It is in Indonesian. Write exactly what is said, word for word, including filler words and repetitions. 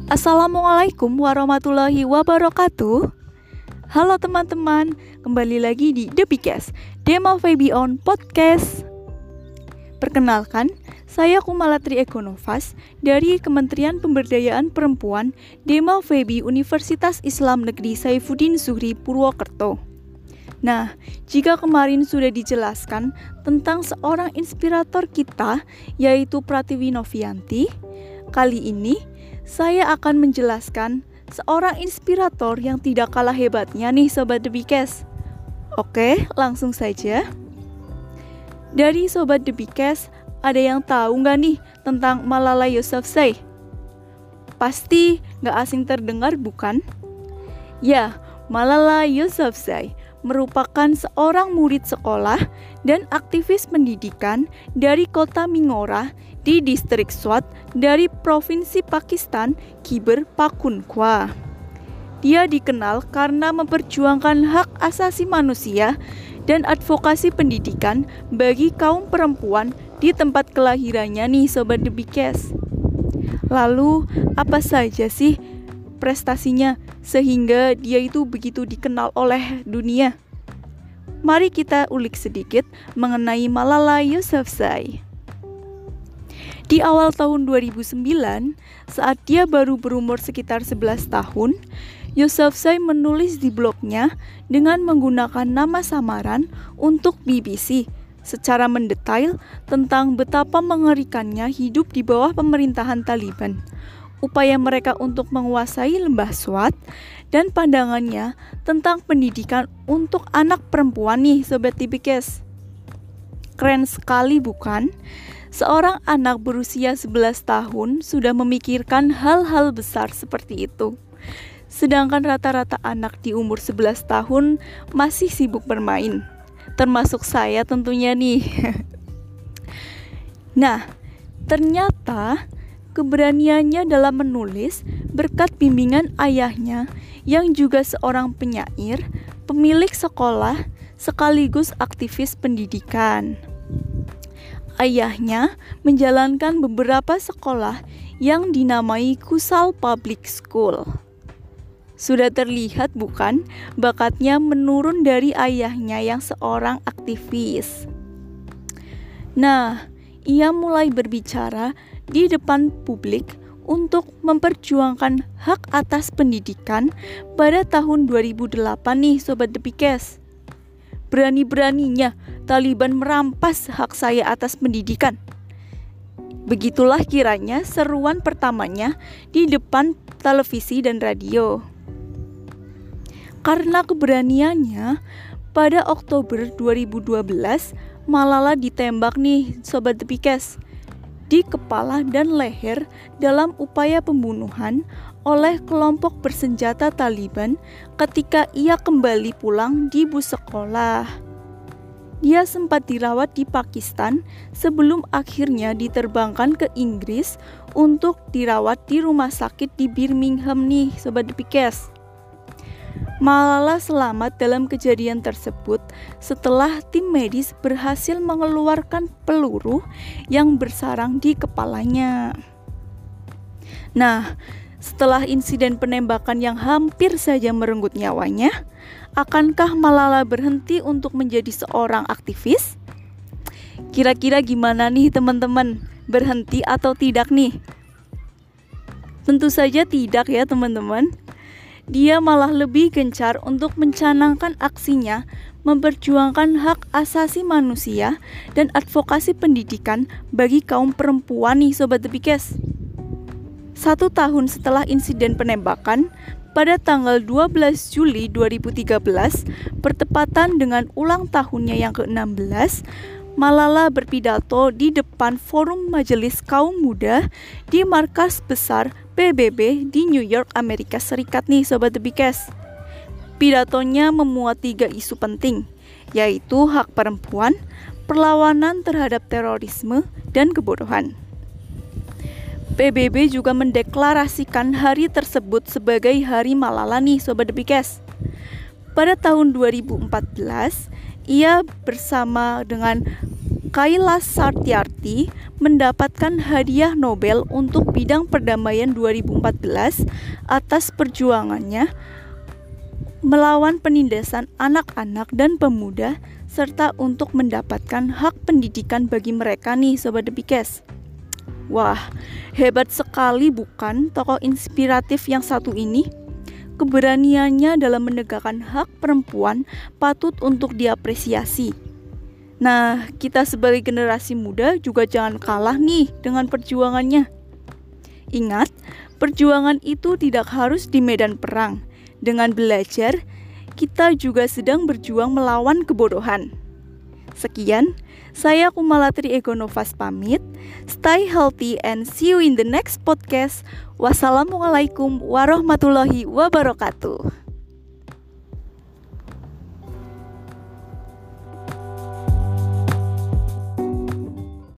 Assalamualaikum warahmatullahi wabarakatuh. Halo teman-teman, kembali lagi di The Bigest Dema Febi on Podcast. Perkenalkan, saya Kumalatri Egonovas dari Kementerian Pemberdayaan Perempuan Dema Febi Universitas Islam Negeri Saifuddin Zuhri Purwokerto. Nah, jika kemarin sudah dijelaskan tentang seorang inspirator kita, yaitu Pratiwi Novianti, kali ini saya akan menjelaskan seorang inspirator yang tidak kalah hebatnya nih Sobat The Bigest. Oke, langsung saja. Dari Sobat The Bigest, ada yang tahu nggak nih tentang Malala Yousafzai? Pasti nggak asing terdengar bukan? Ya, Malala Yousafzai merupakan seorang murid sekolah dan aktivis pendidikan dari kota Mingora di distrik Swat dari Provinsi Pakistan, Khyber Pakhtunkhwa. Dia dikenal karena memperjuangkan hak asasi manusia dan advokasi pendidikan bagi kaum perempuan di tempat kelahirannya nih Sobat The Bigest. Lalu apa saja sih prestasinya sehingga dia itu begitu dikenal oleh dunia? Mari kita ulik sedikit mengenai Malala Yousafzai. Di awal tahun dua ribu sembilan, saat dia baru berumur sekitar sebelas tahun, Yousafzai menulis di blognya dengan menggunakan nama samaran untuk B B C secara mendetail tentang betapa mengerikannya hidup di bawah pemerintahan Taliban, upaya mereka untuk menguasai lembah Swat, dan pandangannya tentang pendidikan untuk anak perempuan nih Sobat The Bigest. Keren sekali bukan? Seorang anak berusia sebelas tahun sudah memikirkan hal-hal besar seperti itu. Sedangkan rata-rata anak di umur sebelas tahun masih sibuk bermain. Termasuk saya tentunya nih. Nah, ternyata keberaniannya dalam menulis berkat bimbingan ayahnya yang juga seorang penyair, pemilik sekolah, sekaligus aktivis pendidikan. Ayahnya menjalankan beberapa sekolah yang dinamai Kusal Public School. Sudah terlihat bukan bakatnya menurun dari ayahnya yang seorang aktivis. Nah, ia mulai berbicara di depan publik untuk memperjuangkan hak atas pendidikan pada tahun dua ribu delapan nih Sobat The Bigest. Berani-beraninya Taliban merampas hak saya atas pendidikan. Begitulah kiranya seruan pertamanya di depan televisi dan radio. Karena keberaniannya, pada Oktober dua ribu dua belas Malala ditembak nih Sobat The Bigest di kepala dan leher dalam upaya pembunuhan oleh kelompok bersenjata Taliban ketika ia kembali pulang di bus sekolah. Dia sempat dirawat di Pakistan sebelum akhirnya diterbangkan ke Inggris untuk dirawat di rumah sakit di Birmingham nih Sobat The Bigest. Malala selamat dalam kejadian tersebut setelah tim medis berhasil mengeluarkan peluru yang bersarang di kepalanya. Nah, setelah insiden penembakan yang hampir saja merenggut nyawanya, akankah Malala berhenti untuk menjadi seorang aktivis? Kira-kira gimana nih teman-teman? Berhenti atau tidak nih? Tentu saja tidak ya teman-teman. Dia malah lebih gencar untuk mencanangkan aksinya memperjuangkan hak asasi manusia dan advokasi pendidikan bagi kaum perempuan nih Sobat The Bigest. Satu tahun setelah insiden penembakan, pada tanggal dua belas Juli dua ribu tiga belas, bertepatan dengan ulang tahunnya yang ke enam belas, Malala berpidato di depan Forum Majelis Kaum Muda di markas besar P B B di New York, Amerika Serikat nih Sobat The Bigest. Pidatonya memuat tiga isu penting, yaitu hak perempuan, perlawanan terhadap terorisme, dan kebodohan. P B B juga mendeklarasikan hari tersebut sebagai Hari Malala nih Sobat The Bigest. Pada tahun dua ribu empat belas, ia bersama dengan Kailash Satyarthi mendapatkan hadiah Nobel untuk bidang perdamaian dua ribu empat belas atas perjuangannya melawan penindasan anak-anak dan pemuda serta untuk mendapatkan hak pendidikan bagi mereka nih Sobat The Bikes. Wah, hebat sekali bukan tokoh inspiratif yang satu ini? Keberaniannya dalam menegakkan hak perempuan patut untuk diapresiasi. Nah, kita sebagai generasi muda juga jangan kalah nih dengan perjuangannya. Ingat, perjuangan itu tidak harus di medan perang. Dengan belajar, kita juga sedang berjuang melawan kebodohan. Sekian, saya Kumalatri Egonovas pamit. Stay healthy and see you in the next podcast. Wassalamualaikum warahmatullahi wabarakatuh.